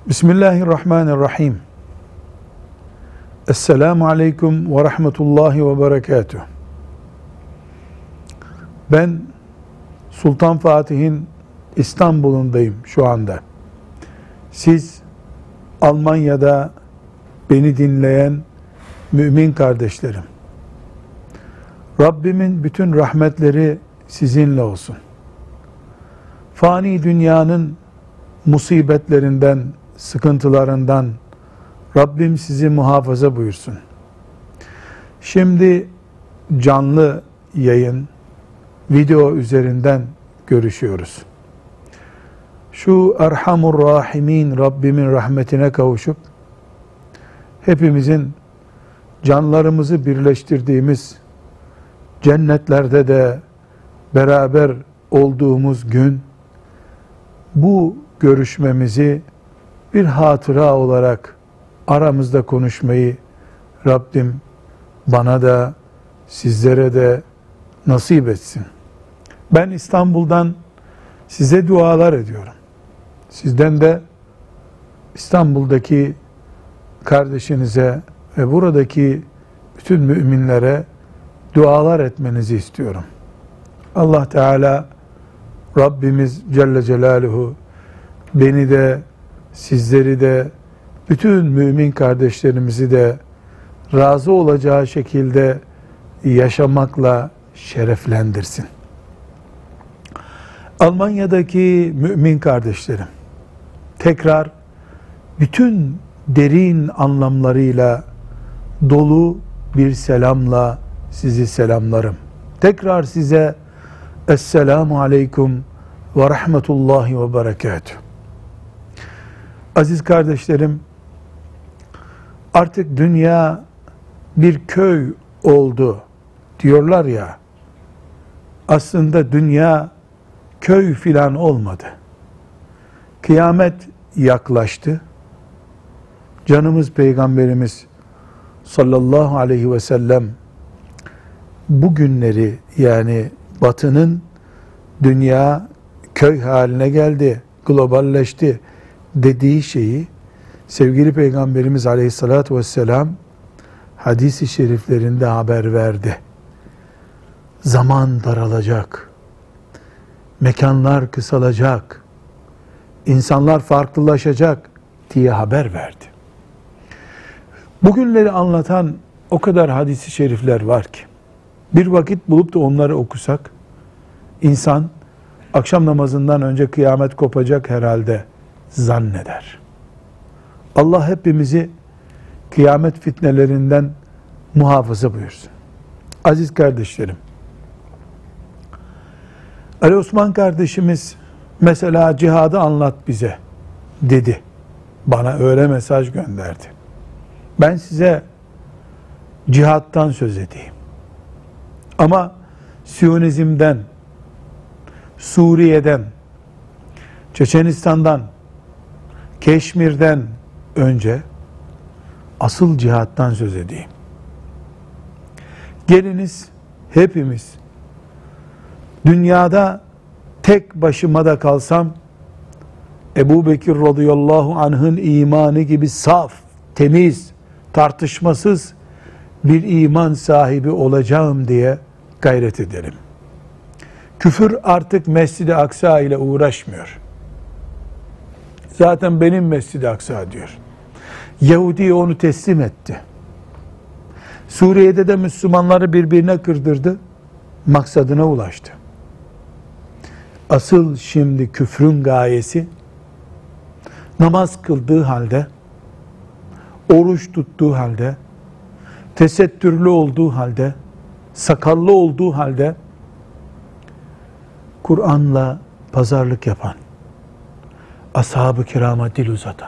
Bismillahirrahmanirrahim. Esselamu aleyküm ve rahmetullahi ve berekatuh. Ben Sultan Fatih'in İstanbul'undayım şu anda. Siz Almanya'da beni dinleyen mümin kardeşlerim, Rabbimin bütün rahmetleri sizinle olsun. Fani dünyanın musibetlerinden, sıkıntılarından Rabbim sizi muhafaza buyursun. Şimdi canlı yayın, video üzerinden görüşüyoruz. Şu Erhamur Rahimin Rabbimin rahmetine kavuşup hepimizin canlarımızı birleştirdiğimiz, cennetlerde de beraber olduğumuz gün bu görüşmemizi bir hatıra olarak aramızda konuşmayı Rabbim bana da sizlere de nasip etsin. Ben İstanbul'dan size dualar ediyorum. Sizden de İstanbul'daki kardeşinize ve buradaki bütün müminlere dualar etmenizi istiyorum. Allah Teala Rabbimiz Celle Celaluhu beni de sizleri de bütün mümin kardeşlerimizi de razı olacağı şekilde yaşamakla şereflendirsin. Almanya'daki mümin kardeşlerim, tekrar bütün derin anlamlarıyla dolu bir selamla sizi selamlarım. Tekrar size Esselamu Aleyküm ve Rahmetullahi ve Berekatuhu. Aziz kardeşlerim, artık dünya bir köy oldu diyorlar ya, aslında dünya köy filan olmadı. Kıyamet yaklaştı. Canımız Peygamberimiz sallallahu aleyhi ve sellem bu günleri, yani Batı'nın dünya köy haline geldi, globalleşti dediği şeyi sevgili Peygamberimiz aleyhissalatü vesselam hadis-i şeriflerinde haber verdi. Zaman daralacak, mekanlar kısalacak, insanlar farklılaşacak diye haber verdi. Bugünleri anlatan o kadar hadis-i şerifler var ki, bir vakit bulup da onları okusak, insan akşam namazından önce kıyamet kopacak herhalde zanneder. Allah hepimizi kıyamet fitnelerinden muhafaza buyursun. Aziz kardeşlerim, Ali Osman kardeşimiz mesela cihadı anlat bize dedi. Bana öyle mesaj gönderdi. Ben size cihattan söz edeyim. Ama Siyonizm'den, Suriye'den, Çeçenistan'dan, Keşmir'den önce asıl cihattan söz edeyim. Geliniz hepimiz dünyada tek başıma da kalsam Ebu Bekir radıyallahu anh'ın imanı gibi saf, temiz, tartışmasız bir iman sahibi olacağım diye gayret edelim. Küfür artık Mescid-i Aksa ile uğraşmıyor. Zaten benim Mescid-i Aksa diyor. Yahudi onu teslim etti. Suriye'de de Müslümanları birbirine kırdırdı. Maksadına ulaştı. Asıl şimdi küfrün gayesi, namaz kıldığı halde, oruç tuttuğu halde, tesettürlü olduğu halde, sakallı olduğu halde, Kur'an'la pazarlık yapan, ashab-ı kirama dil uzatan,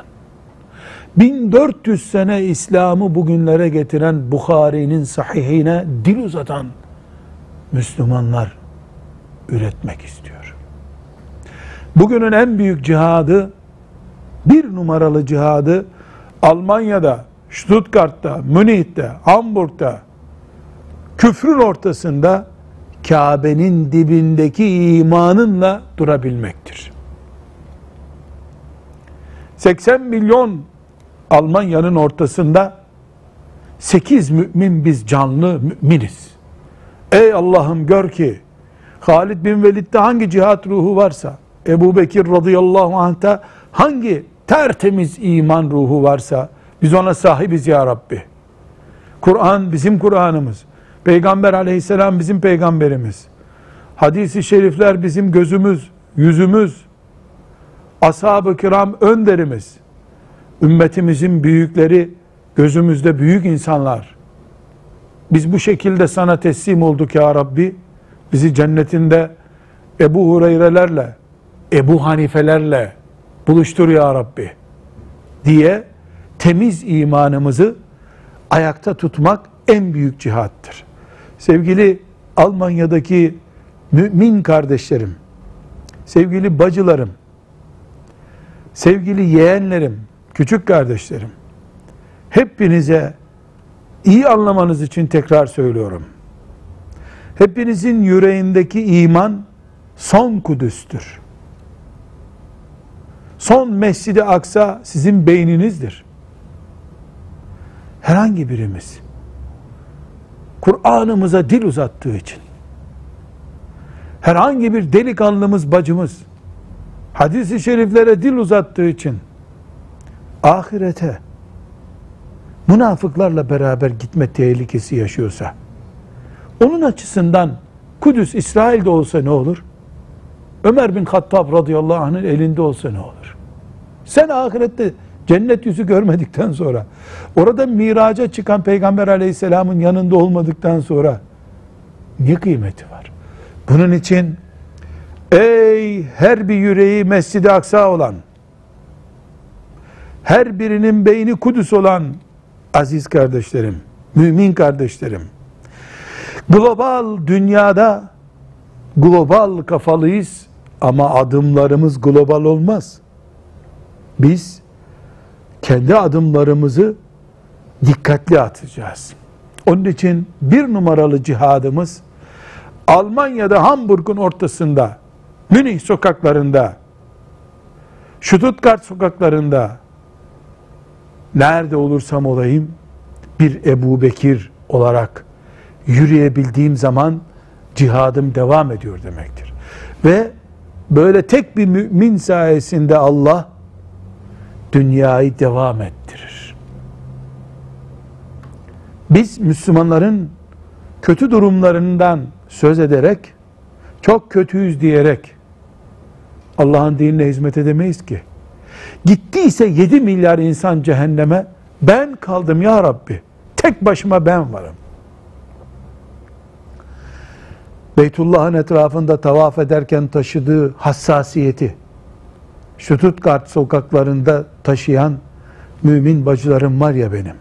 1400 sene İslam'ı bugünlere getiren Bukhari'nin sahihine dil uzatan Müslümanlar üretmek istiyor. Bugünün en büyük cihadı, bir numaralı cihadı Almanya'da, Stuttgart'ta, Münih'te, Hamburg'da, küfrün ortasında Kabe'nin dibindeki imanınla durabilmektir. 80 milyon Almanya'nın ortasında 8 mümin biz canlı müminiz. Ey Allah'ım gör ki Halid bin Velid'de hangi cihat ruhu varsa, Ebu Bekir radıyallahu anh'ta hangi tertemiz iman ruhu varsa biz ona sahibiz ya Rabbi. Kur'an bizim Kur'an'ımız. Peygamber aleyhisselam bizim peygamberimiz. Hadis-i şerifler bizim gözümüz, yüzümüz. Ashab-ı kiram önderimiz. Ümmetimizin büyükleri gözümüzde büyük insanlar. Biz bu şekilde sana teslim olduk ya Rabbi. Bizi cennetinde Ebu Hureyre'lerle, Ebu Hanifelerle buluştur ya Rabbi diye temiz imanımızı ayakta tutmak en büyük cihattır. Sevgili Almanya'daki mümin kardeşlerim, sevgili bacılarım, sevgili yeğenlerim, küçük kardeşlerim, hepinize iyi anlamanız için tekrar söylüyorum. Hepinizin yüreğindeki iman son Kudüs'tür. Son Mescid-i Aksa sizin beyninizdir. Herhangi birimiz Kur'an'ımıza dil uzattığı için, herhangi bir delikanlımız, bacımız hadis-i şeriflere dil uzattığı için ahirete münafıklarla beraber gitme tehlikesi yaşıyorsa, onun açısından Kudüs İsrail'de olsa ne olur? Ömer bin Hattab radıyallahu anh'ın elinde olsa ne olur? Sen ahirette cennet yüzü görmedikten sonra, orada miraca çıkan Peygamber aleyhisselamın yanında olmadıktan sonra ne kıymeti var? Bunun için ey her bir yüreği Mescid-i Aksa olan, her birinin beyni Kudüs olan aziz kardeşlerim, mümin kardeşlerim, global dünyada global kafalıyız ama adımlarımız global olmaz. Biz kendi adımlarımızı dikkatli atacağız. Onun için bir numaralı cihadımız Almanya'da Hamburg'un ortasında, Münih sokaklarında, Stuttgart sokaklarında, nerede olursam olayım bir Ebu Bekir olarak yürüyebildiğim zaman cihadım devam ediyor demektir. Ve böyle tek bir mümin sayesinde Allah dünyayı devam ettirir. Biz Müslümanların kötü durumlarından söz ederek, çok kötüyüz diyerek Allah'ın dinine hizmet edemeyiz ki. Gittiyse 7 milyar insan cehenneme, ben kaldım ya Rabbi. Tek başıma ben varım. Beytullah'ın etrafında tavaf ederken taşıdığı hassasiyeti, Stuttgart sokaklarında taşıyan mümin bacılarım var ya benim.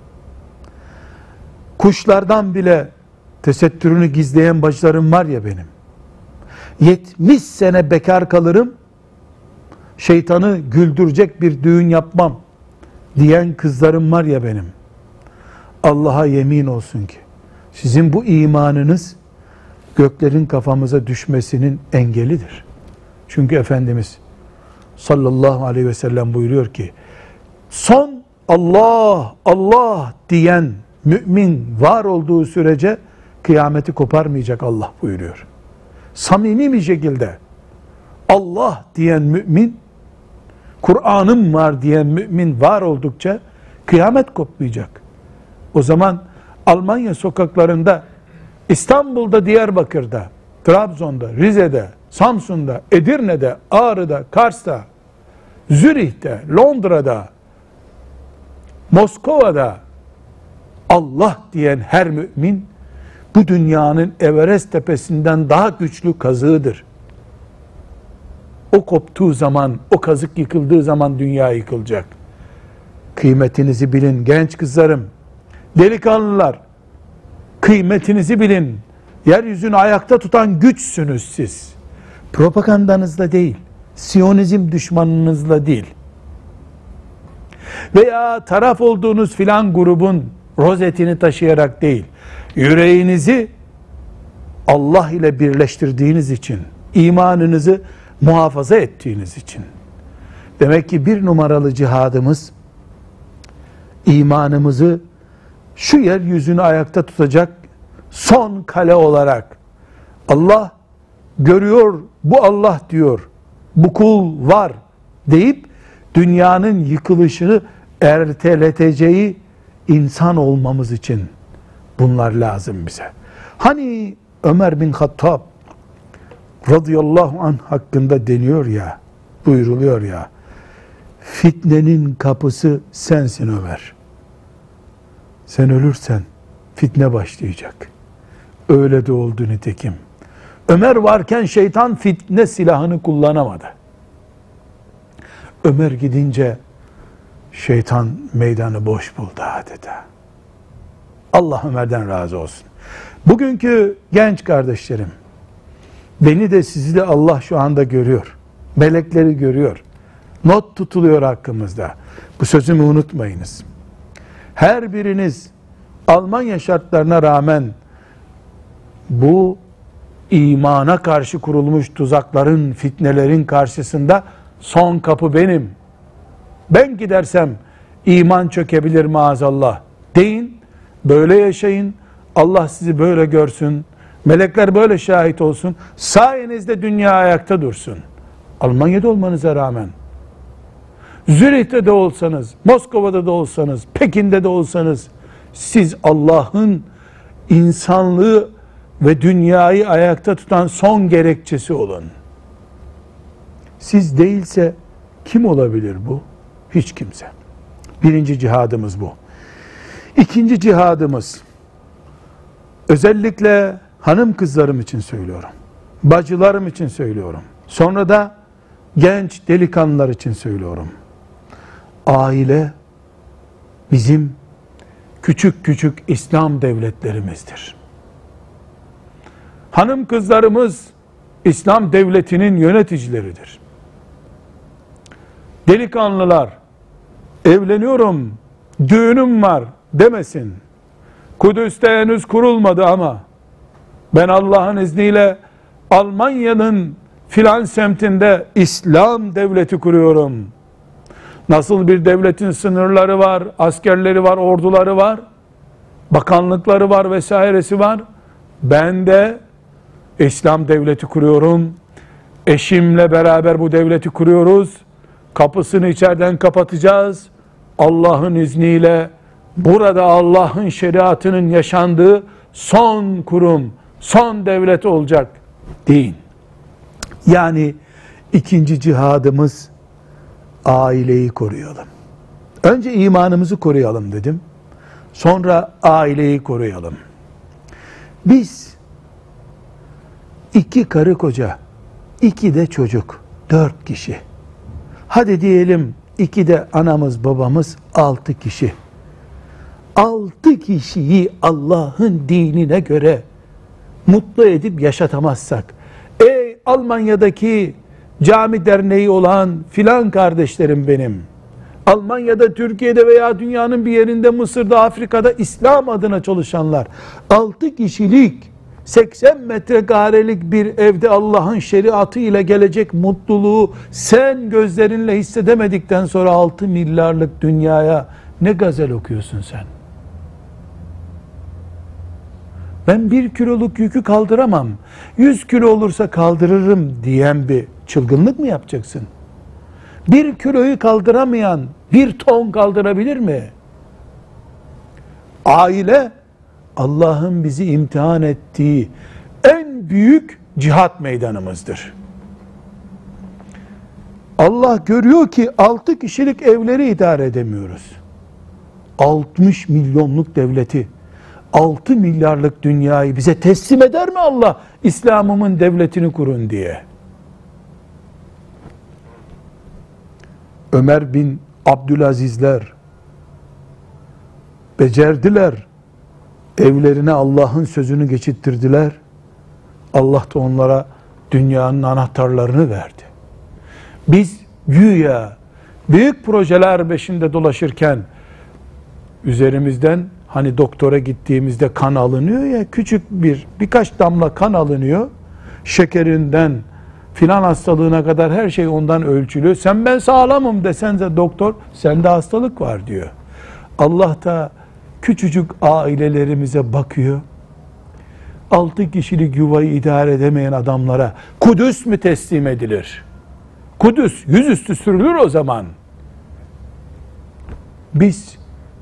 Kuşlardan bile tesettürünü gizleyen bacılarım var ya benim. 70 sene bekar kalırım, şeytanı güldürecek bir düğün yapmam diyen kızlarım var ya benim. Allah'a yemin olsun ki sizin bu imanınız göklerin kafamıza düşmesinin engelidir. Çünkü Efendimiz sallallahu aleyhi ve sellem buyuruyor ki son Allah Allah diyen mümin var olduğu sürece kıyameti koparmayacak Allah buyuruyor. Samimi bir şekilde Allah diyen mümin, Kur'an'ım var diyen mümin var oldukça kıyamet kopmayacak. O zaman Almanya sokaklarında, İstanbul'da, Diyarbakır'da, Trabzon'da, Rize'de, Samsun'da, Edirne'de, Ağrı'da, Kars'ta, Zürih'te, Londra'da, Moskova'da Allah diyen her mümin bu dünyanın Everest tepesinden daha güçlü kazığıdır. O koptuğu zaman, o kazık yıkıldığı zaman dünya yıkılacak. Kıymetinizi bilin genç kızlarım, delikanlılar, kıymetinizi bilin. Yeryüzünü ayakta tutan güçsünüz siz. Propagandanızla değil, Siyonizm düşmanınızla değil. Veya taraf olduğunuz filan grubun rozetini taşıyarak değil, yüreğinizi Allah ile birleştirdiğiniz için, imanınızı muhafaza ettiğiniz için, Demek ki bir numaralı cihadımız, imanımızı şu yeryüzünü ayakta tutacak son kale olarak, Allah görüyor, bu Allah diyor, bu kul var deyip dünyanın yıkılışını erteleteceği insan olmamız için bunlar lazım bize. Hani Ömer bin Hattab radıyallahu anh hakkında deniyor ya, buyruluyor ya, fitnenin kapısı sensin Ömer. Sen ölürsen fitne başlayacak. Öyle de oldu nitekim. Ömer varken şeytan fitne silahını kullanamadı. Ömer gidince şeytan meydanı boş buldu adeta. Allah Ömer'den razı olsun. Bugünkü genç kardeşlerim, beni de sizi de Allah şu anda görüyor. Melekleri görüyor. Not tutuluyor hakkımızda. Bu sözümü unutmayınız. Her biriniz Almanya şartlarına rağmen bu imana karşı kurulmuş tuzakların, fitnelerin karşısında son kapı benim. Ben gidersem iman çökebilir maazallah deyin. Böyle yaşayın. Allah sizi böyle görsün. Melekler böyle şahit olsun. Sayenizde dünya ayakta dursun. Almanya'da olmanıza rağmen, Zürih'te de olsanız, Moskova'da da olsanız, Pekin'de de olsanız, siz Allah'ın insanlığı ve dünyayı ayakta tutan son gerekçesi olun. Siz değilse kim olabilir bu? Hiç kimse. Birinci cihadımız bu. İkinci cihadımız, özellikle hanım kızlarım için söylüyorum, bacılarım için söylüyorum, sonra da genç delikanlılar için söylüyorum. Aile bizim küçük küçük İslam devletlerimizdir. Hanım kızlarımız İslam devletinin yöneticileridir. Delikanlılar, evleniyorum, düğünüm var demesin. Kudüs'te henüz kurulmadı ama ben Allah'ın izniyle Almanya'nın filan semtinde İslam devleti kuruyorum. Nasıl bir devletin sınırları var, askerleri var, orduları var, bakanlıkları var vesairesi var. Ben de İslam devleti kuruyorum. Eşimle beraber bu devleti kuruyoruz. Kapısını içeriden kapatacağız. Allah'ın izniyle burada Allah'ın şeriatının yaşandığı son kurum, son devlet olacak deyin. Yani ikinci cihadımız aileyi koruyalım. Önce imanımızı koruyalım dedim. Sonra aileyi koruyalım. Biz 2 karı koca, 2 de çocuk, 4 kişi. Hadi diyelim 2 de anamız babamız, 6 kişi. 6 kişiyi Allah'ın dinine göre mutlu edip yaşatamazsak, ey Almanya'daki cami derneği olan filan kardeşlerim benim, Almanya'da, Türkiye'de veya dünyanın bir yerinde, Mısır'da, Afrika'da İslam adına çalışanlar, 6 kişilik 80 metrekarelik bir evde Allah'ın şeriatı ile gelecek mutluluğu sen gözlerinle hissedemedikten sonra 6 milyarlık dünyaya ne gazel okuyorsun sen? Ben 1 kiloluk yükü kaldıramam, 100 kilo olursa kaldırırım diyen bir çılgınlık mı yapacaksın? 1 kiloyu kaldıramayan 1 ton kaldırabilir mi? Aile, Allah'ın bizi imtihan ettiği en büyük cihat meydanımızdır. Allah görüyor ki 6 kişilik evleri idare edemiyoruz. 60 milyonluk devleti, 6 milyarlık dünyayı bize teslim eder mi Allah? İslam'ımın devletini kurun diye. Ömer bin Abdülazizler becerdiler. Evlerine Allah'ın sözünü geçittirdiler. Allah da onlara dünyanın anahtarlarını verdi. Biz güya büyük projeler peşinde dolaşırken üzerimizden, hani doktora gittiğimizde kan alınıyor ya, küçük birkaç damla kan alınıyor. Şekerinden, filan hastalığına kadar her şey ondan ölçülüyor. Sen ben sağlamım desen de doktor sende hastalık var diyor. Allah da küçücük ailelerimize bakıyor. 6 kişilik yuvayı idare edemeyen adamlara Kudüs mü teslim edilir? Kudüs yüzüstü sürülür o zaman. Biz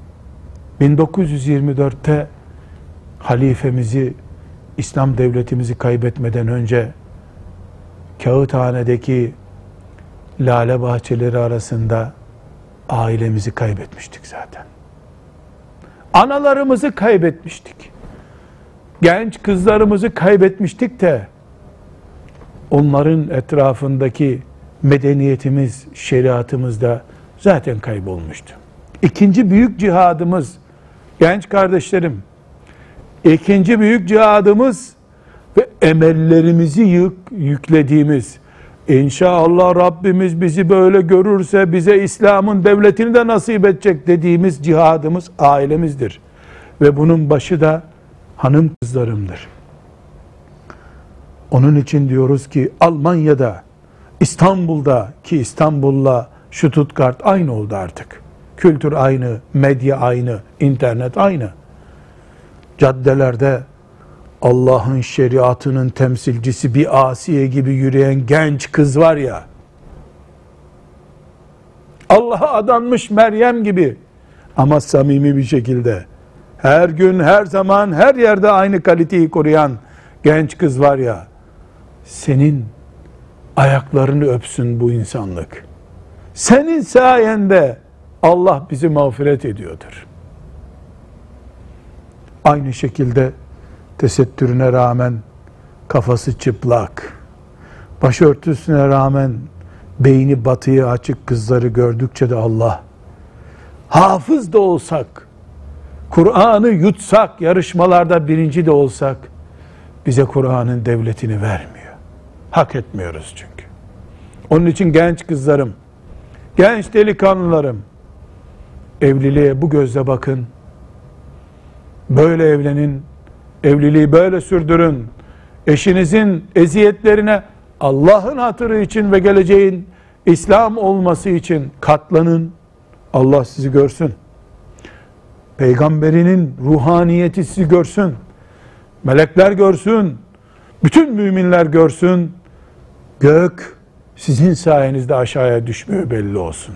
1924'te halifemizi, İslam devletimizi kaybetmeden önce Kağıthane'deki lale bahçeleri arasında ailemizi kaybetmiştik zaten. Analarımızı kaybetmiştik. Genç kızlarımızı kaybetmiştik de onların etrafındaki medeniyetimiz, şeriatımız da zaten kaybolmuştu. İkinci büyük cihadımız, genç kardeşlerim, ikinci büyük cihadımız ve emellerimizi yüklediğimiz, İnşallah Rabbimiz bizi böyle görürse bize İslam'ın devletini de nasip edecek dediğimiz cihadımız ailemizdir. Ve bunun başı da hanım kızlarımdır. Onun için diyoruz ki Almanya'da, İstanbul'da, ki İstanbul'la Stuttgart aynı oldu artık. Kültür aynı, medya aynı, internet aynı. Caddelerde Allah'ın şeriatının temsilcisi bir Asiye gibi yürüyen genç kız var ya, Allah'a adanmış Meryem gibi ama samimi bir şekilde her gün, her zaman, her yerde aynı kaliteyi koruyan genç kız var ya, senin ayaklarını öpsün bu insanlık. Senin sayende Allah bizi mağfiret ediyordur. Aynı şekilde tesettürüne rağmen kafası çıplak, başörtüsüne rağmen beyni batıya açık kızları gördükçe de Allah, hafız da olsak, Kur'an'ı yutsak, yarışmalarda birinci de olsak, bize Kur'an'ın devletini vermiyor. Hak etmiyoruz çünkü. Onun için genç kızlarım, genç delikanlılarım, evliliğe bu gözle bakın, böyle evlenin, evliliği böyle sürdürün, eşinizin eziyetlerine Allah'ın hatırı için ve geleceğin İslam olması için katlanın, Allah sizi görsün. Peygamberinin ruhaniyeti sizi görsün, melekler görsün, bütün müminler görsün, gök sizin sayenizde aşağıya düşmüyor belli olsun.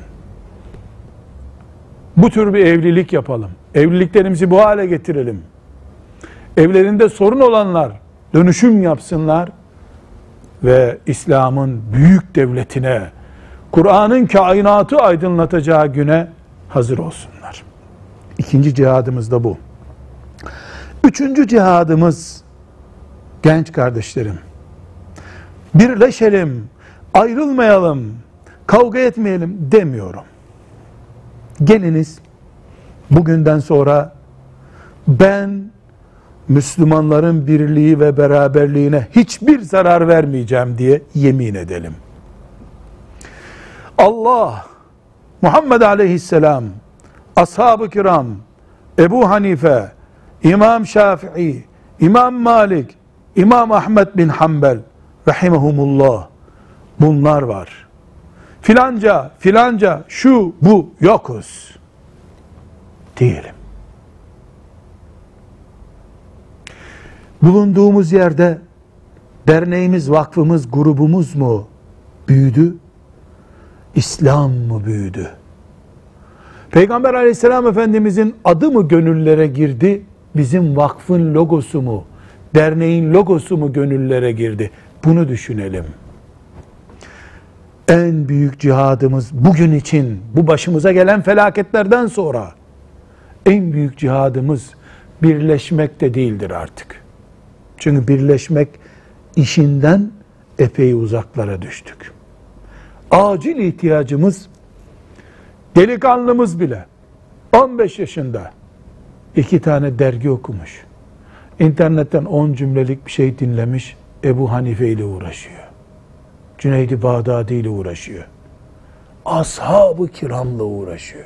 Bu tür bir evlilik yapalım. Evliliklerimizi bu hale getirelim. Evlerinde sorun olanlar dönüşüm yapsınlar ve İslam'ın büyük devletine, Kur'an'ın kainatı aydınlatacağı güne hazır olsunlar. İkinci cihadımız da bu. Üçüncü cihadımız, genç kardeşlerim, birleşelim, ayrılmayalım, kavga etmeyelim demiyorum. Geliniz, bugünden sonra ben Müslümanların birliği ve beraberliğine hiçbir zarar vermeyeceğim diye yemin edelim. Allah, Muhammed Aleyhisselam, Ashab-ı Kiram, Ebu Hanife, İmam Şafii, İmam Malik, İmam Ahmed bin Hanbel rahimehumullah, bunlar var. Filanca, filanca, şu, bu, yokuz diyelim. Bulunduğumuz yerde derneğimiz, vakfımız, grubumuz mu büyüdü? İslam mı büyüdü? Peygamber Aleyhisselam Efendimizin adı mı gönüllere girdi? Bizim vakfın logosu mu, derneğin logosu mu gönüllere girdi? Bunu düşünelim. En büyük cihadımız bugün için, bu başımıza gelen felaketlerden sonra en büyük cihadımız birleşmek de değildir artık. Çünkü birleşmek işinden epey uzaklara düştük. Acil ihtiyacımız, delikanlımız bile 15 yaşında 2 tane dergi okumuş, İnternetten 10 cümlelik bir şey dinlemiş, Ebu Hanife ile uğraşıyor. Cüneyd-i Bağdadi ile uğraşıyor. Ashab-ı kiramla uğraşıyor.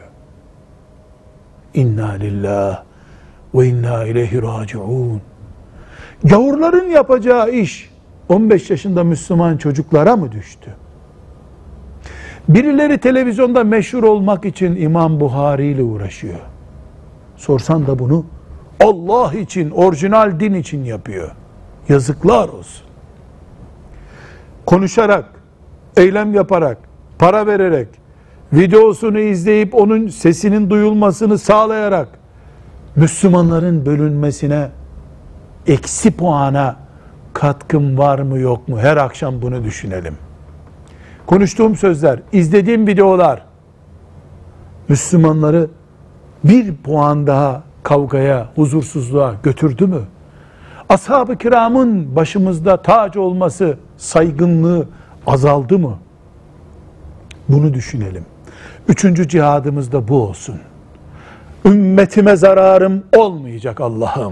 İnna lillah ve inna ileyhi raciun. Gavurların yapacağı iş 15 yaşında Müslüman çocuklara mı düştü? Birileri televizyonda meşhur olmak için İmam Buhari ile uğraşıyor. Sorsan da bunu Allah için, orijinal din için yapıyor. Yazıklar olsun. Konuşarak, eylem yaparak, para vererek, videosunu izleyip onun sesinin duyulmasını sağlayarak Müslümanların bölünmesine, eksi puana katkım var mı yok mu? Her akşam bunu düşünelim. Konuştuğum sözler, izlediğim videolar Müslümanları bir puan daha kavgaya, huzursuzluğa götürdü mü? Ashab-ı kiramın başımızda tac olması, saygınlığı azaldı mı? Bunu düşünelim. 3. cihadımız da bu olsun. Ümmetime zararım olmayacak Allah'ım.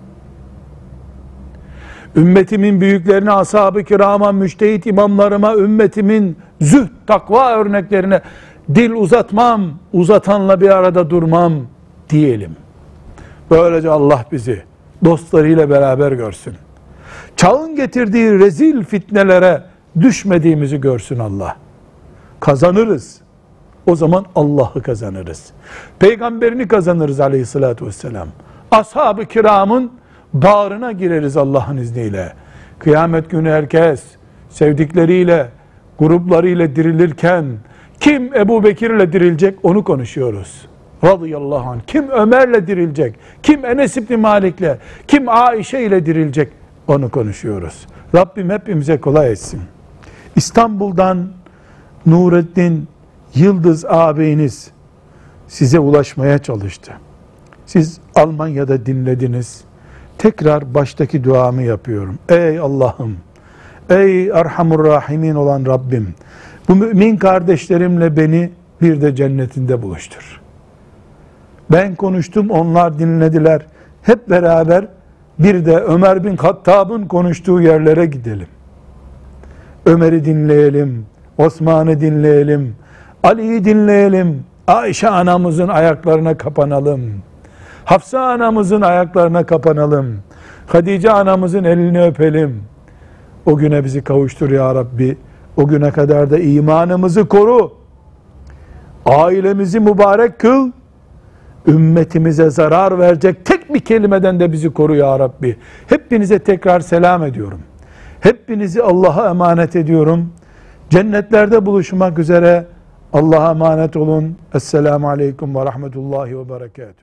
Ümmetimin büyüklerine, ashab-ı kirama, müçtehit imamlarıma, ümmetimin zühd, takva örneklerine dil uzatmam, uzatanla bir arada durmam diyelim. Böylece Allah bizi dostlarıyla beraber görsün. Çağın getirdiği rezil fitnelere düşmediğimizi görsün Allah. Kazanırız. O zaman Allah'ı kazanırız. Peygamberini kazanırız aleyhissalatü vesselam. Ashab-ı kiramın bağrına gireriz Allah'ın izniyle. Kıyamet günü herkes sevdikleriyle, gruplarıyla dirilirken kim Ebu Bekir'le dirilecek onu konuşuyoruz. Radıyallahu anh. Kim Ömer'le dirilecek? Kim Enes İbni Malik'le? Kim Aişe ile dirilecek? Onu konuşuyoruz. Rabbim hepimize kolay etsin. İstanbul'dan Nurettin Yıldız ağabeyiniz size ulaşmaya çalıştı. Siz Almanya'da dinlediniz. Tekrar baştaki duamı yapıyorum. Ey Allah'ım, ey Erhamur Rahimin olan Rabbim, bu mümin kardeşlerimle beni bir de cennetinde buluştur. Ben konuştum, onlar dinlediler. Hep beraber bir de Ömer bin Hattab'ın konuştuğu yerlere gidelim. Ömer'i dinleyelim, Osman'ı dinleyelim, Ali'yi dinleyelim, Ayşe anamızın ayaklarına kapanalım, Hafsa anamızın ayaklarına kapanalım, Hatice anamızın elini öpelim. O güne bizi kavuştur ya Rabbi. O güne kadar da imanımızı koru. Ailemizi mübarek kıl. Ümmetimize zarar verecek tek bir kelimeden de bizi koru ya Rabbi. Hepinize tekrar selam ediyorum. Hepinizi Allah'a emanet ediyorum. Cennetlerde buluşmak üzere. Allah'a emanet olun. Esselamu Aleyküm ve Rahmetullahi ve Berekatuhu.